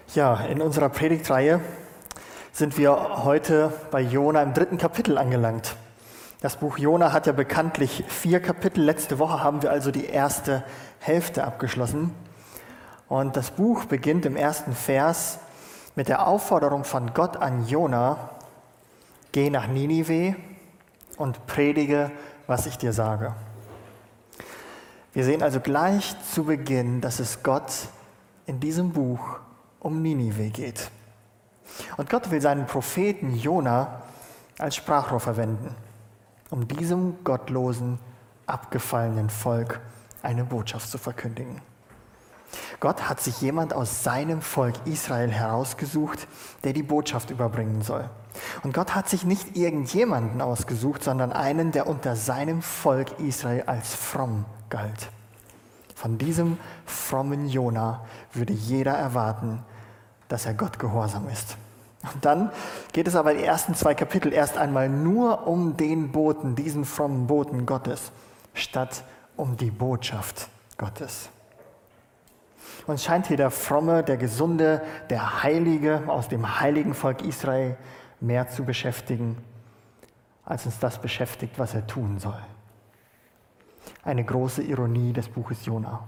Ja, in unserer Predigtreihe sind wir heute bei Jona im 3. Kapitel angelangt. Das Buch Jona hat ja bekanntlich 4 Kapitel. Letzte Woche haben wir also die erste Hälfte abgeschlossen. Und das Buch beginnt im 1. Vers mit der Aufforderung von Gott an Jona: Geh nach Ninive und predige, was ich dir sage. Wir sehen also gleich zu Beginn, dass es Gott in diesem Buch um Ninive geht. Und Gott will seinen Propheten Jona als Sprachrohr verwenden, um diesem gottlosen, abgefallenen Volk eine Botschaft zu verkündigen. Gott hat sich jemand aus seinem Volk Israel herausgesucht, der die Botschaft überbringen soll. Und Gott hat sich nicht irgendjemanden ausgesucht, sondern einen, der unter seinem Volk Israel als fromm galt. Von diesem frommen Jona würde jeder erwarten, dass er Gott gehorsam ist. Und dann geht es aber die ersten 2 Kapitel erst einmal nur um den Boten, diesen frommen Boten Gottes, statt um die Botschaft Gottes. Uns scheint hier der fromme, der gesunde, der Heilige aus dem heiligen Volk Israel mehr zu beschäftigen, als uns das beschäftigt, was er tun soll. Eine große Ironie des Buches Jona.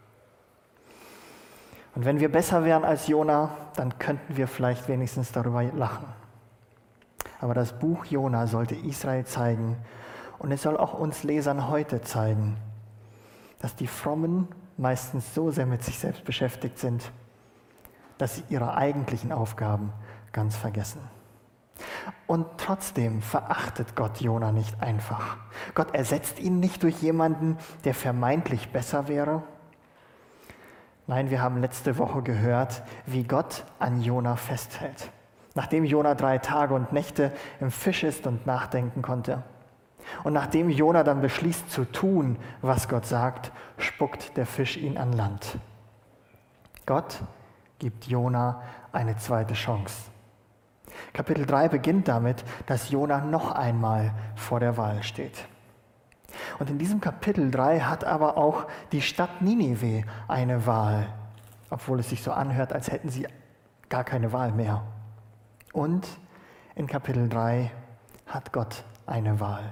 Und wenn wir besser wären als Jona, dann könnten wir vielleicht wenigstens darüber lachen. Aber das Buch Jona sollte Israel zeigen, und es soll auch uns Lesern heute zeigen, dass die Frommen meistens so sehr mit sich selbst beschäftigt sind, dass sie ihre eigentlichen Aufgaben ganz vergessen. Und trotzdem verachtet Gott Jona nicht einfach. Gott ersetzt ihn nicht durch jemanden, der vermeintlich besser wäre. Nein, wir haben letzte Woche gehört, wie Gott an Jona festhält. Nachdem Jona 3 Tage und Nächte im Fisch ist und nachdenken konnte. Und nachdem Jona dann beschließt zu tun, was Gott sagt, spuckt der Fisch ihn an Land. Gott gibt Jona eine zweite Chance. Kapitel 3 beginnt damit, dass Jona noch einmal vor der Wahl steht. Und in diesem Kapitel 3 hat aber auch die Stadt Ninive eine Wahl, obwohl es sich so anhört, als hätten sie gar keine Wahl mehr. Und in Kapitel 3 hat Gott eine Wahl.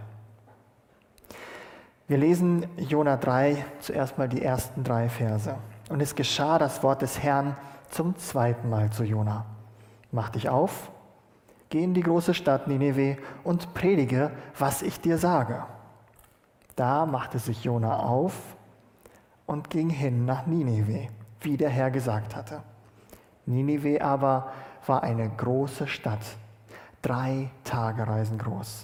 Wir lesen Jona 3 zuerst mal die ersten 3 Verse. Und es geschah das Wort des Herrn zum 2. Mal zu Jona: Mach dich auf, geh in die große Stadt Ninive und predige, was ich dir sage. Da machte sich Jona auf und ging hin nach Ninive, wie der Herr gesagt hatte. Ninive aber war eine große Stadt, 3 Tagereisen groß.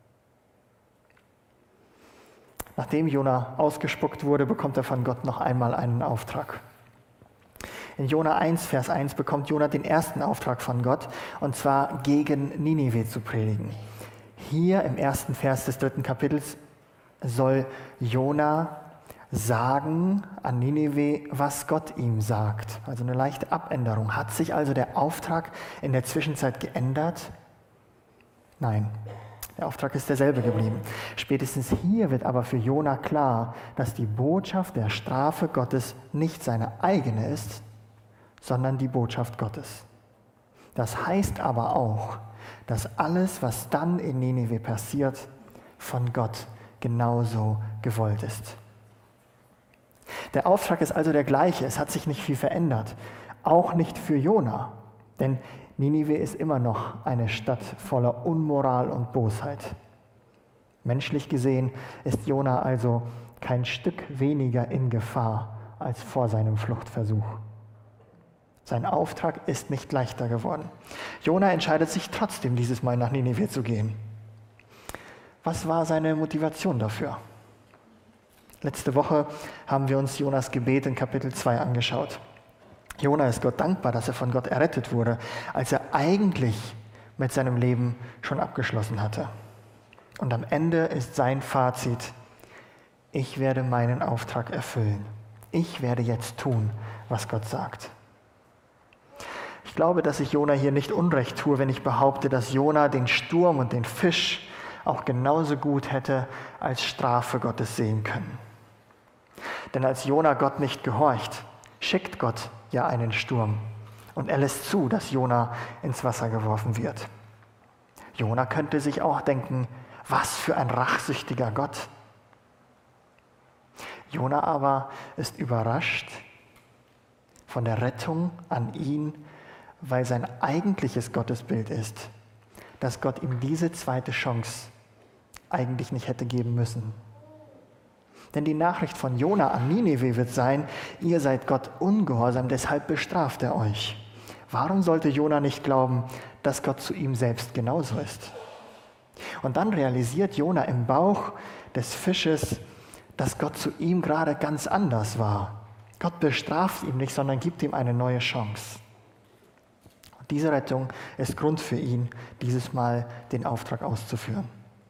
Nachdem Jona ausgespuckt wurde, bekommt er von Gott noch einmal einen Auftrag. In Jona 1, Vers 1 bekommt Jona den ersten Auftrag von Gott, und zwar gegen Ninive zu predigen. Hier im 1. Vers des 3. Kapitels soll Jona sagen an Ninive, was Gott ihm sagt. Also eine leichte Abänderung. Hat sich also der Auftrag in der Zwischenzeit geändert? Nein, der Auftrag ist derselbe geblieben. Spätestens hier wird aber für Jona klar, dass die Botschaft der Strafe Gottes nicht seine eigene ist, sondern die Botschaft Gottes. Das heißt aber auch, dass alles, was dann in Ninive passiert, von Gott genauso gewollt ist. Der Auftrag ist also der gleiche, es hat sich nicht viel verändert, auch nicht für Jona, denn Ninive ist immer noch eine Stadt voller Unmoral und Bosheit. Menschlich gesehen ist Jona also kein Stück weniger in Gefahr als vor seinem Fluchtversuch. Sein Auftrag ist nicht leichter geworden. Jona entscheidet sich trotzdem, dieses Mal nach Ninive zu gehen. Was war seine Motivation dafür? Letzte Woche haben wir uns Jonas Gebet in Kapitel 2 angeschaut. Jona ist Gott dankbar, dass er von Gott errettet wurde, als er eigentlich mit seinem Leben schon abgeschlossen hatte. Und am Ende ist sein Fazit: Ich werde meinen Auftrag erfüllen. Ich werde jetzt tun, was Gott sagt. Ich glaube, dass ich Jona hier nicht Unrecht tue, wenn ich behaupte, dass Jona den Sturm und den Fisch auch genauso gut hätte als Strafe Gottes sehen können. Denn als Jona Gott nicht gehorcht, schickt Gott ja einen Sturm Und er lässt zu, dass Jona ins Wasser geworfen wird. Jona könnte sich auch denken, was für ein rachsüchtiger Gott. Jona aber ist überrascht von der Rettung an ihn, weil sein eigentliches Gottesbild ist, dass Gott ihm diese zweite Chance eigentlich nicht hätte geben müssen. Denn die Nachricht von Jona an Ninive wird sein, ihr seid Gott ungehorsam, deshalb bestraft er euch. Warum sollte Jona nicht glauben, dass Gott zu ihm selbst genauso ist? Und dann realisiert Jona im Bauch des Fisches, dass Gott zu ihm gerade ganz anders war. Gott bestraft ihn nicht, sondern gibt ihm eine neue Chance. Und diese Rettung ist Grund für ihn, dieses Mal den Auftrag auszuführen.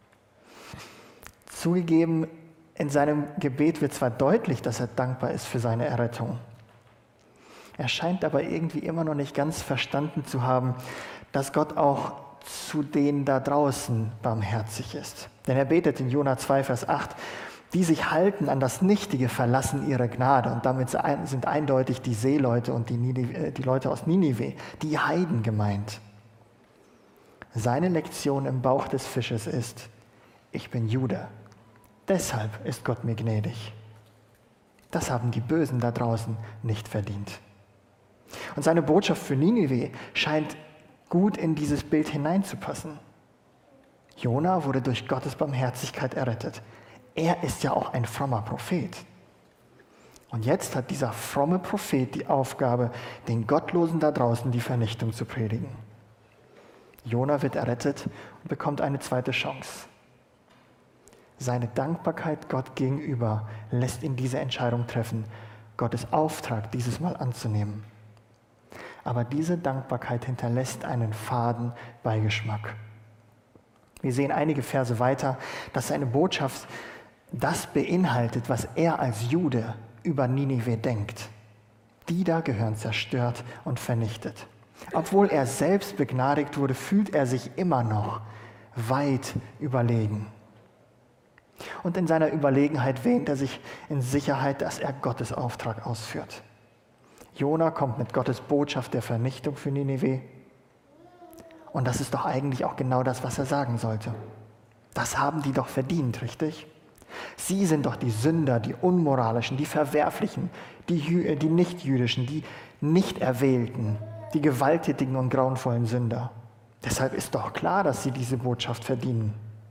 Zugegeben, in seinem Gebet wird zwar deutlich, dass er dankbar ist für seine Errettung. Er scheint aber irgendwie immer noch nicht ganz verstanden zu haben, dass Gott auch zu denen da draußen barmherzig ist. Denn er betet in Jona 2, Vers 8, die sich halten an das Nichtige, verlassen ihre Gnade. Und damit sind eindeutig die Seeleute und die Leute aus Ninive, die Heiden gemeint. Seine Lektion im Bauch des Fisches ist, ich bin Jude, deshalb ist Gott mir gnädig. Das haben die Bösen da draußen nicht verdient. Und seine Botschaft für Ninive scheint gut in dieses Bild hineinzupassen. Jona wurde durch Gottes Barmherzigkeit errettet. Er ist ja auch ein frommer Prophet. Und jetzt hat dieser fromme Prophet die Aufgabe, den Gottlosen da draußen die Vernichtung zu predigen. Jona wird errettet und bekommt eine zweite Chance. Seine Dankbarkeit Gott gegenüber lässt ihn diese Entscheidung treffen, Gottes Auftrag dieses Mal anzunehmen. Aber diese Dankbarkeit hinterlässt einen faden Beigeschmack. Wir sehen einige Verse weiter, dass seine Botschaft das beinhaltet, was er als Jude über Ninive denkt. Die da gehören zerstört und vernichtet. Obwohl er selbst begnadigt wurde, fühlt er sich immer noch weit überlegen. Und in seiner Überlegenheit wähnt er sich in Sicherheit, dass er Gottes Auftrag ausführt. Jona kommt mit Gottes Botschaft der Vernichtung für Ninive. Und das ist doch eigentlich auch genau das, was er sagen sollte. Das haben die doch verdient, richtig? Sie sind doch die Sünder, die Unmoralischen, die Verwerflichen, die Nichtjüdischen, die Nicht-Erwählten, die gewalttätigen und grauenvollen Sünder. Deshalb ist doch klar, dass sie diese Botschaft verdienen.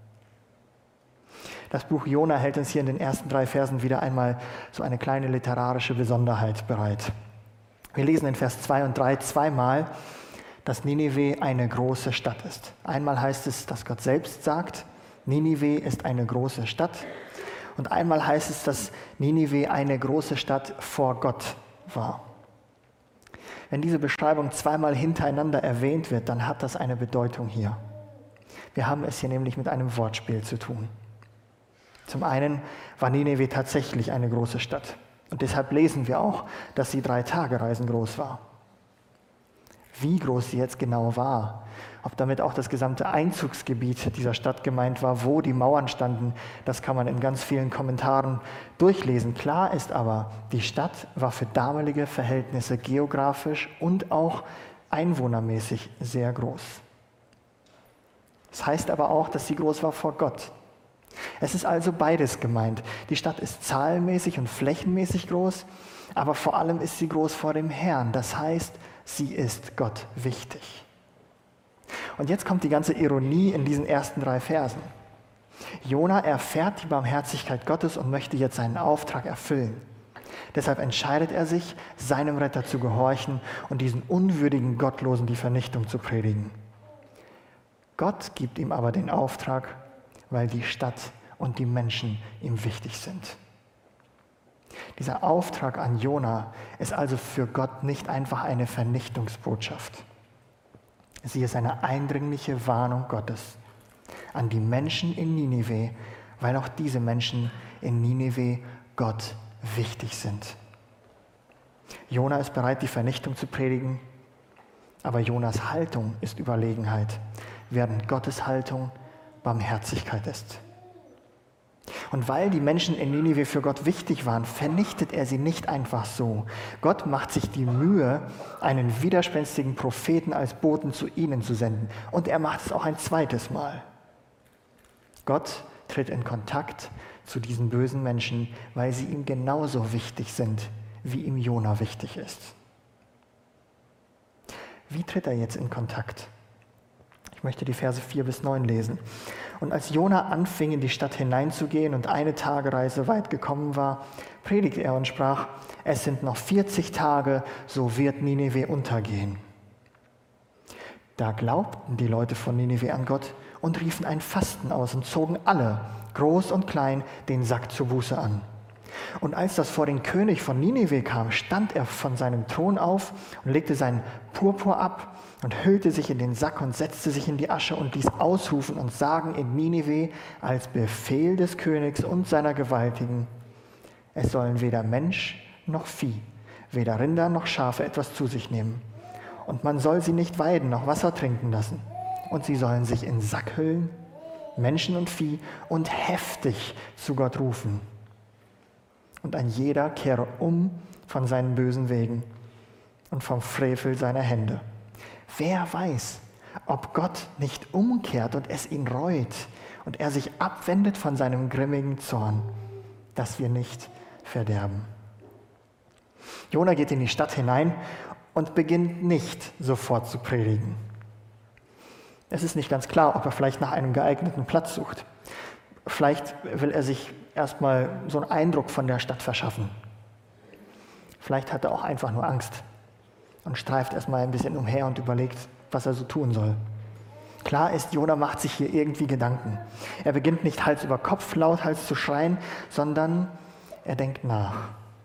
Das Buch Jona hält uns hier in den ersten 3 Versen wieder einmal so eine kleine literarische Besonderheit bereit. Wir lesen in Vers 2 und 3 zweimal, dass Ninive eine große Stadt ist. Einmal heißt es, dass Gott selbst sagt, Ninive ist eine große Stadt. Und einmal heißt es, dass Ninive eine große Stadt vor Gott war. Wenn diese Beschreibung zweimal hintereinander erwähnt wird, dann hat das eine Bedeutung hier. Wir haben es hier nämlich mit einem Wortspiel zu tun. Zum einen war Ninive tatsächlich eine große Stadt. Und deshalb lesen wir auch, dass sie 3 Tagereisen groß war. Wie groß sie jetzt genau war, ob damit auch das gesamte Einzugsgebiet dieser Stadt gemeint war, wo die Mauern standen, das kann man in ganz vielen Kommentaren durchlesen. Klar ist aber, die Stadt war für damalige Verhältnisse geografisch und auch einwohnermäßig sehr groß. Das heißt aber auch, dass sie groß war vor Gott. Es ist also beides gemeint. Die Stadt ist zahlenmäßig und flächenmäßig groß, aber vor allem ist sie groß vor dem Herrn. Das heißt, sie ist Gott wichtig. Und jetzt kommt die ganze Ironie in diesen ersten 3 Versen. Jona erfährt die Barmherzigkeit Gottes und möchte jetzt seinen Auftrag erfüllen. Deshalb entscheidet er sich, seinem Retter zu gehorchen und diesen unwürdigen Gottlosen die Vernichtung zu predigen. Gott gibt ihm aber den Auftrag, weil die Stadt und die Menschen ihm wichtig sind. Dieser Auftrag an Jona ist also für Gott nicht einfach eine Vernichtungsbotschaft. Sie ist eine eindringliche Warnung Gottes an die Menschen in Ninive, weil auch diese Menschen in Ninive Gott wichtig sind. Jona ist bereit, die Vernichtung zu predigen, aber Jonas Haltung ist Überlegenheit, während Gottes Haltung Barmherzigkeit ist. Und weil die Menschen in Ninive für Gott wichtig waren, vernichtet er sie nicht einfach so. Gott macht sich die Mühe, einen widerspenstigen Propheten als Boten zu ihnen zu senden. Und er macht es auch ein zweites Mal. Gott tritt in Kontakt zu diesen bösen Menschen, weil sie ihm genauso wichtig sind, wie ihm Jona wichtig ist. Wie tritt er jetzt in Kontakt? Ich möchte die Verse 4-9 lesen. Und als Jona anfing, in die Stadt hineinzugehen und eine Tagereise weit gekommen war, predigte er und sprach: Es sind noch 40 Tage, so wird Ninive untergehen. Da glaubten die Leute von Ninive an Gott und riefen ein Fasten aus und zogen alle, groß und klein, den Sack zur Buße an. Und als das vor den König von Ninive kam, stand er von seinem Thron auf und legte seinen Purpur ab und hüllte sich in den Sack und setzte sich in die Asche und ließ ausrufen und sagen in Ninive als Befehl des Königs und seiner Gewaltigen: Es sollen weder Mensch noch Vieh, weder Rinder noch Schafe etwas zu sich nehmen. Und man soll sie nicht weiden noch Wasser trinken lassen. Und sie sollen sich in Sack hüllen, Menschen und Vieh, und heftig zu Gott rufen. Und ein jeder kehre um von seinen bösen Wegen und vom Frevel seiner Hände. Wer weiß, ob Gott nicht umkehrt und es ihn reut und er sich abwendet von seinem grimmigen Zorn, dass wir nicht verderben. Jona geht in die Stadt hinein und beginnt nicht sofort zu predigen. Es ist nicht ganz klar, ob er vielleicht nach einem geeigneten Platz sucht. Vielleicht will er sich erstmal so einen Eindruck von der Stadt verschaffen. Vielleicht hat er auch einfach nur Angst und streift erstmal ein bisschen umher und überlegt, was er so tun soll. Klar ist, Jona macht sich hier irgendwie Gedanken. Er beginnt nicht Hals über Kopf lauthals zu schreien, sondern er denkt nach.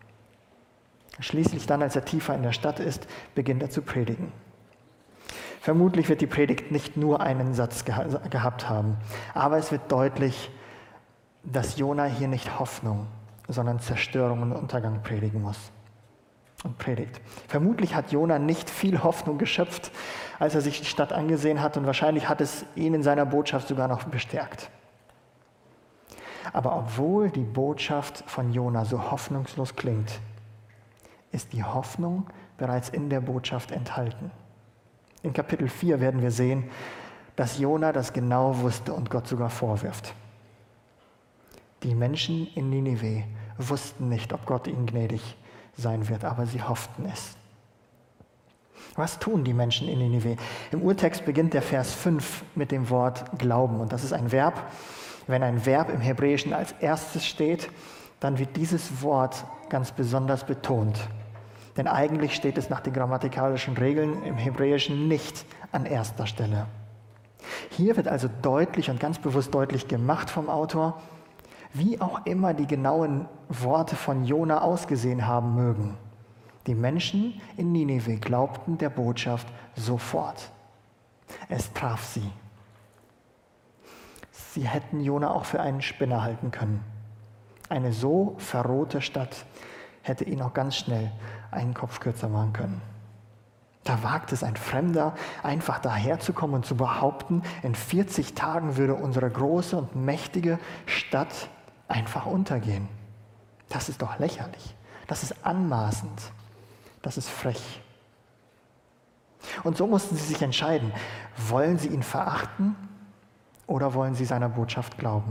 Schließlich dann, als er tiefer in der Stadt ist, beginnt er zu predigen. Vermutlich wird die Predigt nicht nur einen Satz gehabt haben, aber es wird deutlich, dass Jona hier nicht Hoffnung, sondern Zerstörung und Untergang predigen muss und predigt. Vermutlich hat Jona nicht viel Hoffnung geschöpft, als er sich die Stadt angesehen hat, und wahrscheinlich hat es ihn in seiner Botschaft sogar noch bestärkt. Aber obwohl die Botschaft von Jona so hoffnungslos klingt, ist die Hoffnung bereits in der Botschaft enthalten. In Kapitel 4 werden wir sehen, dass Jona das genau wusste und Gott sogar vorwirft. Die Menschen in Ninive wussten nicht, ob Gott ihnen gnädig sein wird, aber sie hofften es. Was tun die Menschen in Ninive? Im Urtext beginnt der Vers 5 mit dem Wort Glauben, und das ist ein Verb. Wenn ein Verb im Hebräischen als erstes steht, dann wird dieses Wort ganz besonders betont. Denn eigentlich steht es nach den grammatikalischen Regeln im Hebräischen nicht an erster Stelle. Hier wird also deutlich und ganz bewusst deutlich gemacht vom Autor, wie auch immer die genauen Worte von Jona ausgesehen haben mögen. Die Menschen in Ninive glaubten der Botschaft sofort. Es traf sie. Sie hätten Jona auch für einen Spinner halten können. Eine so verrohte Stadt hätte ihn auch ganz schnell einen Kopf kürzer machen können. Da wagt es ein Fremder, einfach daherzukommen und zu behaupten, in 40 Tagen würde unsere große und mächtige Stadt einfach untergehen. Das ist doch lächerlich. Das ist anmaßend. Das ist frech. Und so mussten sie sich entscheiden. Wollen sie ihn verachten oder wollen sie seiner Botschaft glauben?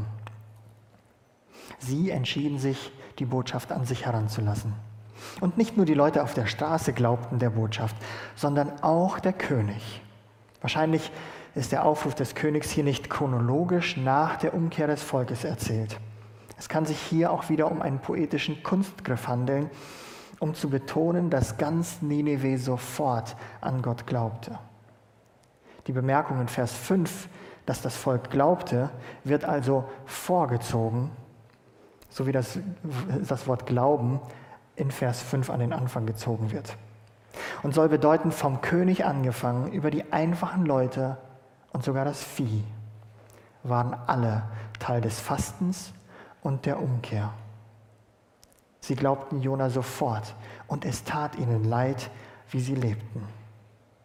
Sie entschieden sich, die Botschaft an sich heranzulassen. Und nicht nur die Leute auf der Straße glaubten der Botschaft, sondern auch der König. Wahrscheinlich ist der Aufruf des Königs hier nicht chronologisch nach der Umkehr des Volkes erzählt. Es kann sich hier auch wieder um einen poetischen Kunstgriff handeln, um zu betonen, dass ganz Ninive sofort an Gott glaubte. Die Bemerkung in Vers 5, dass das Volk glaubte, wird also vorgezogen, so wie das Wort Glauben in Vers 5 an den Anfang gezogen wird. Und soll bedeuten, vom König angefangen, über die einfachen Leute und sogar das Vieh, waren alle Teil des Fastens und der Umkehr. Sie glaubten Jona sofort und es tat ihnen leid, wie sie lebten.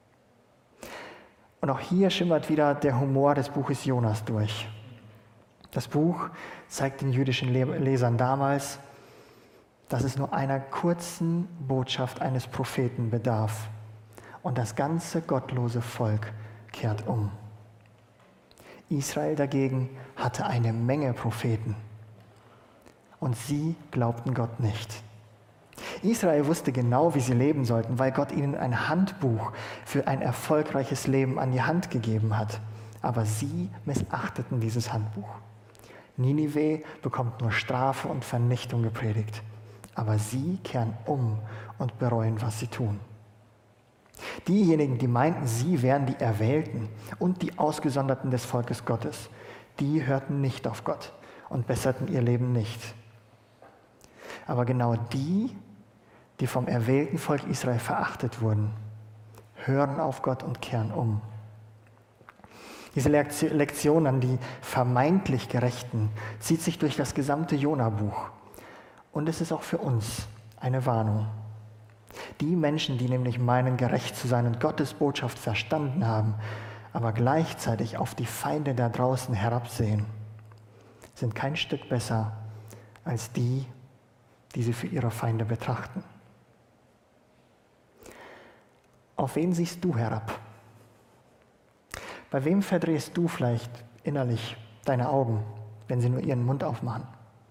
Und auch hier schimmert wieder der Humor des Buches Jonas durch. Das Buch zeigt den jüdischen Lesern damals, dass es nur einer kurzen Botschaft eines Propheten bedarf und das ganze gottlose Volk kehrt um. Israel dagegen hatte eine Menge Propheten und sie glaubten Gott nicht. Israel wusste genau, wie sie leben sollten, weil Gott ihnen ein Handbuch für ein erfolgreiches Leben an die Hand gegeben hat. Aber sie missachteten dieses Handbuch. Ninive bekommt nur Strafe und Vernichtung gepredigt. Aber sie kehren um und bereuen, was sie tun. Diejenigen, die meinten, sie wären die Erwählten und die Ausgesonderten des Volkes Gottes, die hörten nicht auf Gott und besserten ihr Leben nicht. Aber genau die, die vom erwählten Volk Israel verachtet wurden, hören auf Gott und kehren um. Diese Lektion an die vermeintlich Gerechten zieht sich durch das gesamte Jona-Buch. Und es ist auch für uns eine Warnung. Die Menschen, die nämlich meinen, gerecht zu sein und Gottes Botschaft verstanden haben, aber gleichzeitig auf die Feinde da draußen herabsehen, sind kein Stück besser als die, die sie für ihre Feinde betrachten. Auf wen siehst du herab? Bei wem verdrehst du vielleicht innerlich deine Augen, wenn sie nur ihren Mund aufmachen?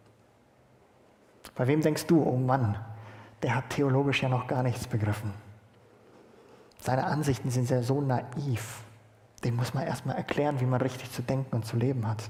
Bei wem denkst du, oh Mann, der hat theologisch ja noch gar nichts begriffen. Seine Ansichten sind ja so naiv. Dem muss man erstmal erklären, wie man richtig zu denken und zu leben hat.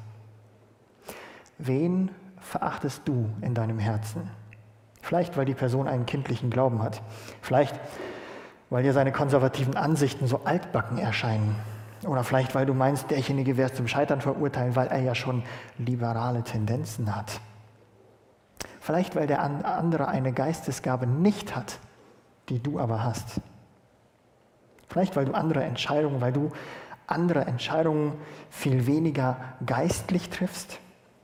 Wen verachtest du in deinem Herzen? Vielleicht, weil die Person einen kindlichen Glauben hat. Vielleicht, weil dir seine konservativen Ansichten so altbacken erscheinen. Oder vielleicht, weil du meinst, derjenige wäre zum Scheitern verurteilt, weil er ja schon liberale Tendenzen hat. Vielleicht, weil der andere eine Geistesgabe nicht hat, die du aber hast. Vielleicht, weil du andere Entscheidungen viel weniger geistlich triffst.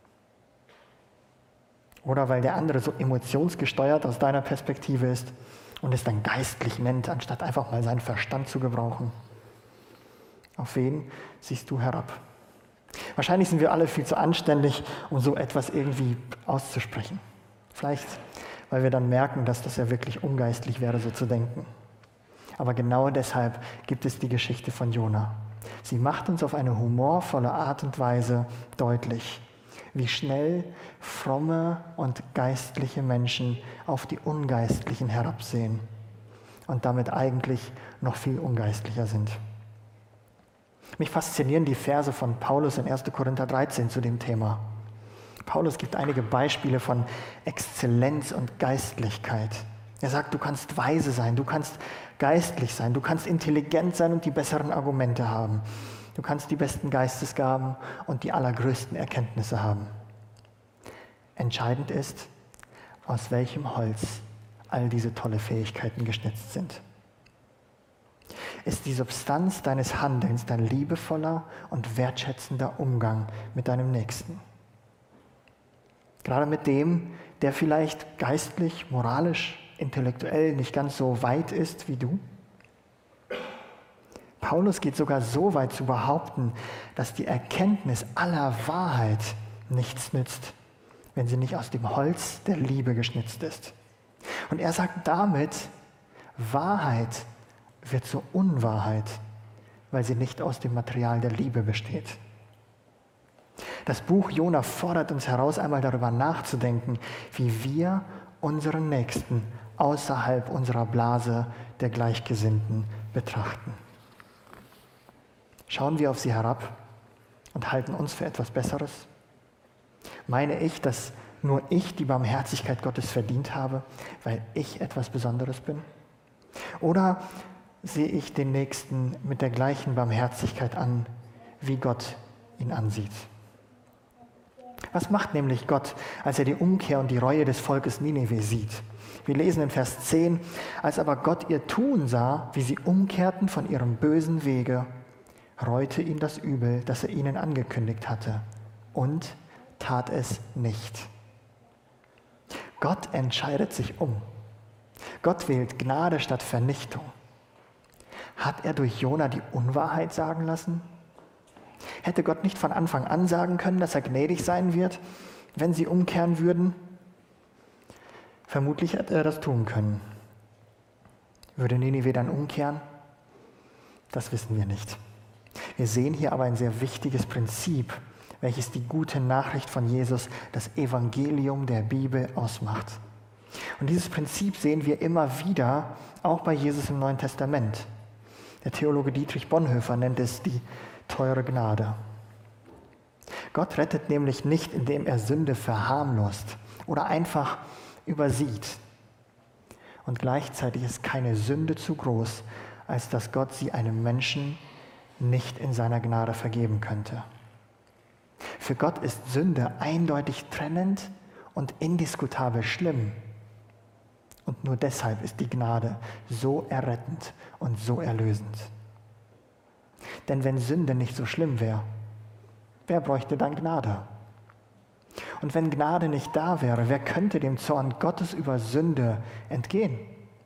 Oder weil der andere so emotionsgesteuert aus deiner Perspektive ist und es dann geistlich nennt, anstatt einfach mal seinen Verstand zu gebrauchen. Auf wen siehst du herab? Wahrscheinlich sind wir alle viel zu anständig, um so etwas irgendwie auszusprechen. Vielleicht, weil wir dann merken, dass das ja wirklich ungeistlich wäre, so zu denken. Aber genau deshalb gibt es die Geschichte von Jona. Sie macht uns auf eine humorvolle Art und Weise deutlich, wie schnell fromme und geistliche Menschen auf die Ungeistlichen herabsehen und damit eigentlich noch viel ungeistlicher sind. Mich faszinieren die Verse von Paulus in 1. Korinther 13 zu dem Thema. Paulus gibt einige Beispiele von Exzellenz und Geistlichkeit. Er sagt, du kannst weise sein, du kannst geistlich sein, du kannst intelligent sein und die besseren Argumente haben. Du kannst die besten Geistesgaben und die allergrößten Erkenntnisse haben. Entscheidend ist, aus welchem Holz all diese tolle Fähigkeiten geschnitzt sind. Ist die Substanz deines Handelns dein liebevoller und wertschätzender Umgang mit deinem Nächsten? Gerade mit dem, der vielleicht geistlich, moralisch, intellektuell nicht ganz so weit ist wie du? Paulus geht sogar so weit zu behaupten, dass die Erkenntnis aller Wahrheit nichts nützt, wenn sie nicht aus dem Holz der Liebe geschnitzt ist. Und er sagt damit, Wahrheit wird zur Unwahrheit, weil sie nicht aus dem Material der Liebe besteht. Das Buch Jona fordert uns heraus, einmal darüber nachzudenken, wie wir unseren Nächsten außerhalb unserer Blase der Gleichgesinnten betrachten. Schauen wir auf sie herab und halten uns für etwas Besseres? Meine ich, dass nur ich die Barmherzigkeit Gottes verdient habe, weil ich etwas Besonderes bin? Oder sehe ich den Nächsten mit der gleichen Barmherzigkeit an, wie Gott ihn ansieht? Was macht nämlich Gott, als er die Umkehr und die Reue des Volkes Ninive sieht? Wir lesen in Vers 10, als aber Gott ihr Tun sah, wie sie umkehrten von ihrem bösen Wege, reute ihn das Übel, das er ihnen angekündigt hatte, und tat es nicht. Gott entscheidet sich um. Gott wählt Gnade statt Vernichtung. Hat er durch Jona die Unwahrheit sagen lassen? Hätte Gott nicht von Anfang an sagen können, dass er gnädig sein wird, wenn sie umkehren würden? Vermutlich hätte er das tun können. Würde Ninive dann umkehren? Das wissen wir nicht. Wir sehen hier aber ein sehr wichtiges Prinzip, welches die gute Nachricht von Jesus, das Evangelium der Bibel, ausmacht. Und dieses Prinzip sehen wir immer wieder, auch bei Jesus im Neuen Testament. Der Theologe Dietrich Bonhoeffer nennt es die teure Gnade. Gott rettet nämlich nicht, indem er Sünde verharmlost oder einfach übersieht. Und gleichzeitig ist keine Sünde zu groß, als dass Gott sie einem Menschen nicht in seiner Gnade vergeben könnte. Für Gott ist Sünde eindeutig trennend und indiskutabel schlimm. Und nur deshalb ist die Gnade so errettend und so erlösend. Denn wenn Sünde nicht so schlimm wäre, wer bräuchte dann Gnade? Und wenn Gnade nicht da wäre, wer könnte dem Zorn Gottes über Sünde entgehen?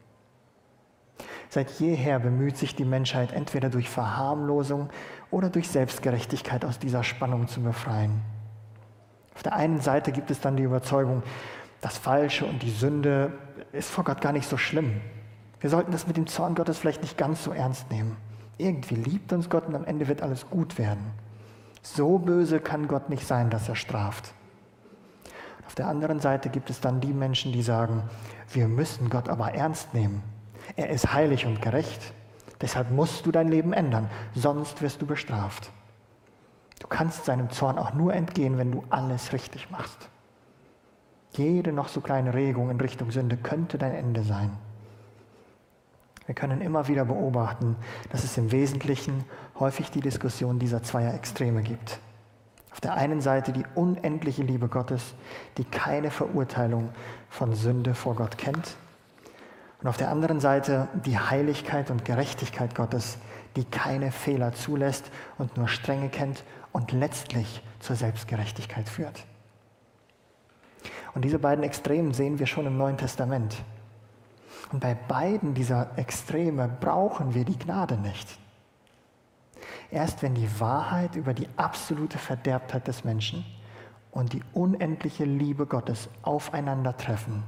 Seit jeher bemüht sich die Menschheit entweder durch Verharmlosung oder durch Selbstgerechtigkeit aus dieser Spannung zu befreien. Auf der einen Seite gibt es dann die Überzeugung, das Falsche und die Sünde ist vor Gott gar nicht so schlimm. Wir sollten das mit dem Zorn Gottes vielleicht nicht ganz so ernst nehmen. Irgendwie liebt uns Gott und am Ende wird alles gut werden. So böse kann Gott nicht sein, dass er straft. Auf der anderen Seite gibt es dann die Menschen, die sagen, wir müssen Gott aber ernst nehmen. Er ist heilig und gerecht, deshalb musst du dein Leben ändern, sonst wirst du bestraft. Du kannst seinem Zorn auch nur entgehen, wenn du alles richtig machst. Jede noch so kleine Regung in Richtung Sünde könnte dein Ende sein. Wir können immer wieder beobachten, dass es im Wesentlichen häufig die Diskussion dieser zweier Extreme gibt. Auf der einen Seite die unendliche Liebe Gottes, die keine Verurteilung von Sünde vor Gott kennt. Und auf der anderen Seite die Heiligkeit und Gerechtigkeit Gottes, die keine Fehler zulässt und nur Strenge kennt und letztlich zur Selbstgerechtigkeit führt. Und diese beiden Extremen sehen wir schon im Neuen Testament. Und bei beiden dieser Extreme brauchen wir die Gnade nicht. Erst wenn die Wahrheit über die absolute Verderbtheit des Menschen und die unendliche Liebe Gottes aufeinandertreffen,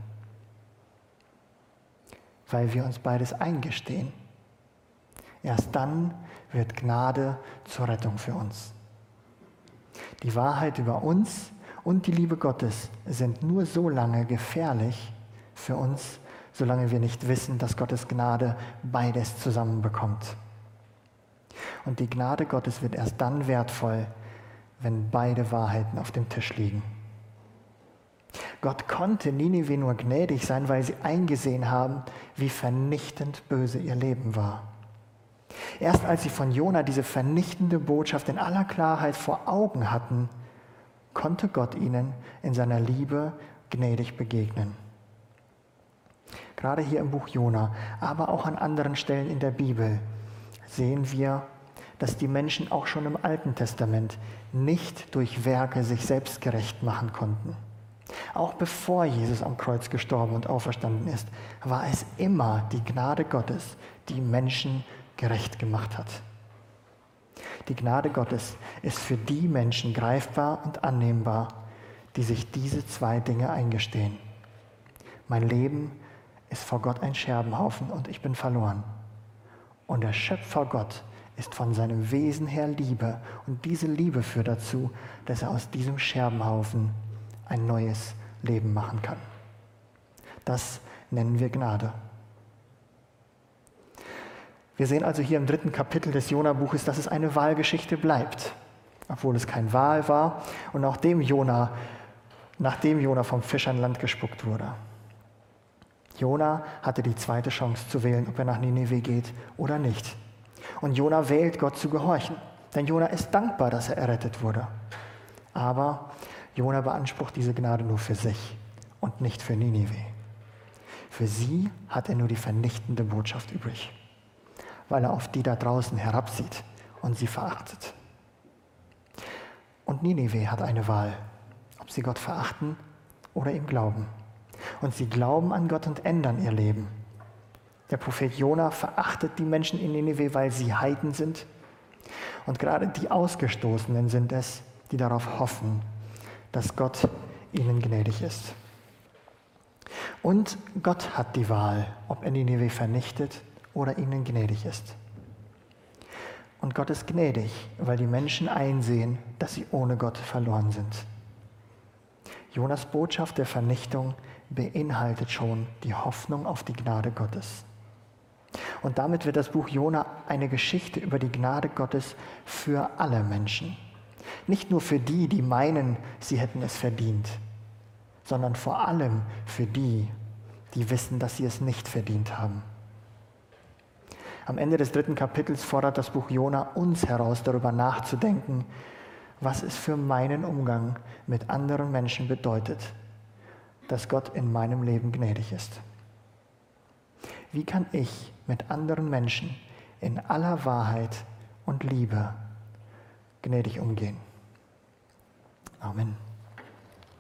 weil wir uns beides eingestehen, erst dann wird Gnade zur Rettung für uns. Die Wahrheit über uns und die Liebe Gottes sind nur so lange gefährlich für uns, solange wir nicht wissen, dass Gottes Gnade beides zusammenbekommt. Und die Gnade Gottes wird erst dann wertvoll, wenn beide Wahrheiten auf dem Tisch liegen. Gott konnte Ninive nur gnädig sein, weil sie eingesehen haben, wie vernichtend böse ihr Leben war. Erst als sie von Jona diese vernichtende Botschaft in aller Klarheit vor Augen hatten, konnte Gott ihnen in seiner Liebe gnädig begegnen. Gerade hier im Buch Jona, aber auch an anderen Stellen in der Bibel sehen wir, dass die Menschen auch schon im Alten Testament nicht durch Werke sich selbst gerecht machen konnten. Auch bevor Jesus am Kreuz gestorben und auferstanden ist, war es immer die Gnade Gottes, die Menschen gerecht gemacht hat. Die Gnade Gottes ist für die Menschen greifbar und annehmbar, die sich diese zwei Dinge eingestehen. Mein Leben ist vor Gott ein Scherbenhaufen und ich bin verloren. Und der Schöpfer Gott ist von seinem Wesen her Liebe. Und diese Liebe führt dazu, dass er aus diesem Scherbenhaufen ein neues Leben machen kann. Das nennen wir Gnade. Wir sehen also hier im 3. Kapitel des Jona-Buches, dass es eine Wahlgeschichte bleibt, obwohl es kein Wal war und nachdem Jona vom Fisch an Land gespuckt wurde. Jona hatte die zweite Chance zu wählen, ob er nach Ninive geht oder nicht. Und Jona wählt, Gott zu gehorchen, denn Jona ist dankbar, dass er errettet wurde. Aber Jona beansprucht diese Gnade nur für sich und nicht für Ninive. Für sie hat er nur die vernichtende Botschaft übrig, weil er auf die da draußen herabsieht und sie verachtet. Und Ninive hat eine Wahl, ob sie Gott verachten oder ihm glauben. Und sie glauben an Gott und ändern ihr Leben. Der Prophet Jona verachtet die Menschen in Ninive, weil sie Heiden sind. Und gerade die Ausgestoßenen sind es, die darauf hoffen, dass Gott ihnen gnädig ist. Und Gott hat die Wahl, ob er Ninive vernichtet oder ihnen gnädig ist. Und Gott ist gnädig, weil die Menschen einsehen, dass sie ohne Gott verloren sind. Jonas Botschaft der Vernichtung beinhaltet schon die Hoffnung auf die Gnade Gottes. Und damit wird das Buch Jona eine Geschichte über die Gnade Gottes für alle Menschen. Nicht nur für die, die meinen, sie hätten es verdient, sondern vor allem für die, die wissen, dass sie es nicht verdient haben. Am Ende des 3. Kapitels fordert das Buch Jona uns heraus, darüber nachzudenken, was es für meinen Umgang mit anderen Menschen bedeutet, dass Gott in meinem Leben gnädig ist. Wie kann ich mit anderen Menschen in aller Wahrheit und Liebe gnädig umgehen? Amen.